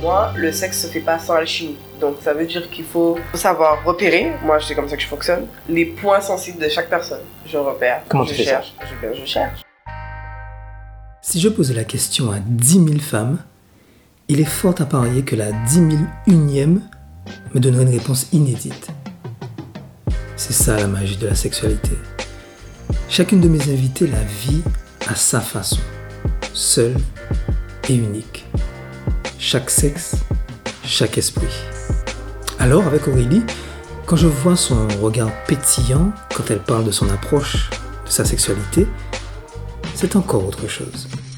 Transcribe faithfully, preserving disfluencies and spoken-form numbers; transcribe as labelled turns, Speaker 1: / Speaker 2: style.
Speaker 1: moi, le sexe se fait pas sans alchimie. Donc ça veut dire qu'il faut savoir repérer, moi c'est comme ça que je fonctionne, les points sensibles de chaque personne. Je repère,
Speaker 2: Comment
Speaker 1: je
Speaker 2: tu fais
Speaker 1: cherche, je, je cherche.
Speaker 2: Si je posais la question à dix mille femmes, il est fort à parier que la dix mille unième me donnerait une réponse inédite. C'est ça la magie de la sexualité. Chacune de mes invitées la vit à sa façon, seule et unique. Chaque sexe, chaque esprit. Alors, avec Aurélie, quand je vois son regard pétillant quand elle parle de son approche, de sa sexualité, c'est encore autre chose.